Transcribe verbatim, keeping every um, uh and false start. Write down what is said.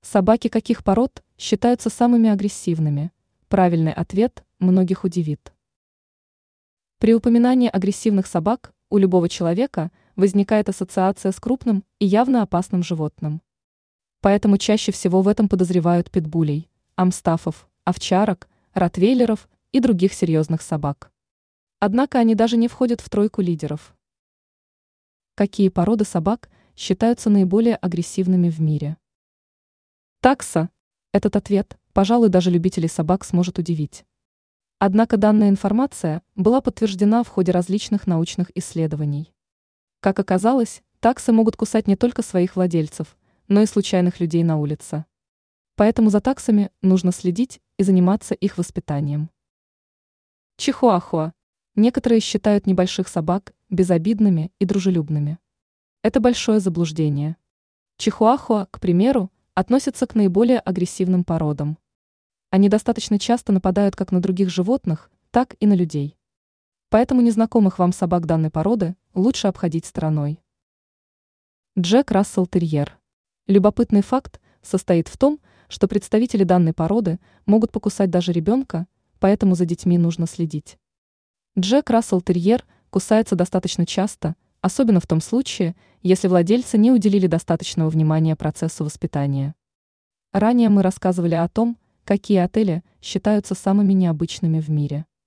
Собаки каких пород считаются самыми агрессивными? Правильный ответ многих удивит. При упоминании агрессивных собак у любого человека возникает ассоциация с крупным и явно опасным животным. Поэтому чаще всего в этом подозревают питбулей, амстафов, овчарок, ротвейлеров и других серьезных собак. Однако они даже не входят в тройку лидеров. Какие породы собак считаются наиболее агрессивными в мире? Такса. Этот ответ, пожалуй, даже любителей собак сможет удивить. Однако данная информация была подтверждена в ходе различных научных исследований. Как оказалось, таксы могут кусать не только своих владельцев, но и случайных людей на улице. Поэтому за таксами нужно следить и заниматься их воспитанием. Чихуахуа. Некоторые считают небольших собак безобидными и дружелюбными. Это большое заблуждение. Чихуахуа, к примеру, относятся к наиболее агрессивным породам. Они достаточно часто нападают как на других животных, так и на людей. Поэтому незнакомых вам собак данной породы лучше обходить стороной. Джек Рассел Терьер. Любопытный факт состоит в том, что представители данной породы могут покусать даже ребенка, поэтому за детьми нужно следить. Джек Рассел Терьер кусается достаточно часто, особенно в том случае, если владельцы не уделили достаточного внимания процессу воспитания. Ранее мы рассказывали о том, какие отели считаются самыми необычными в мире.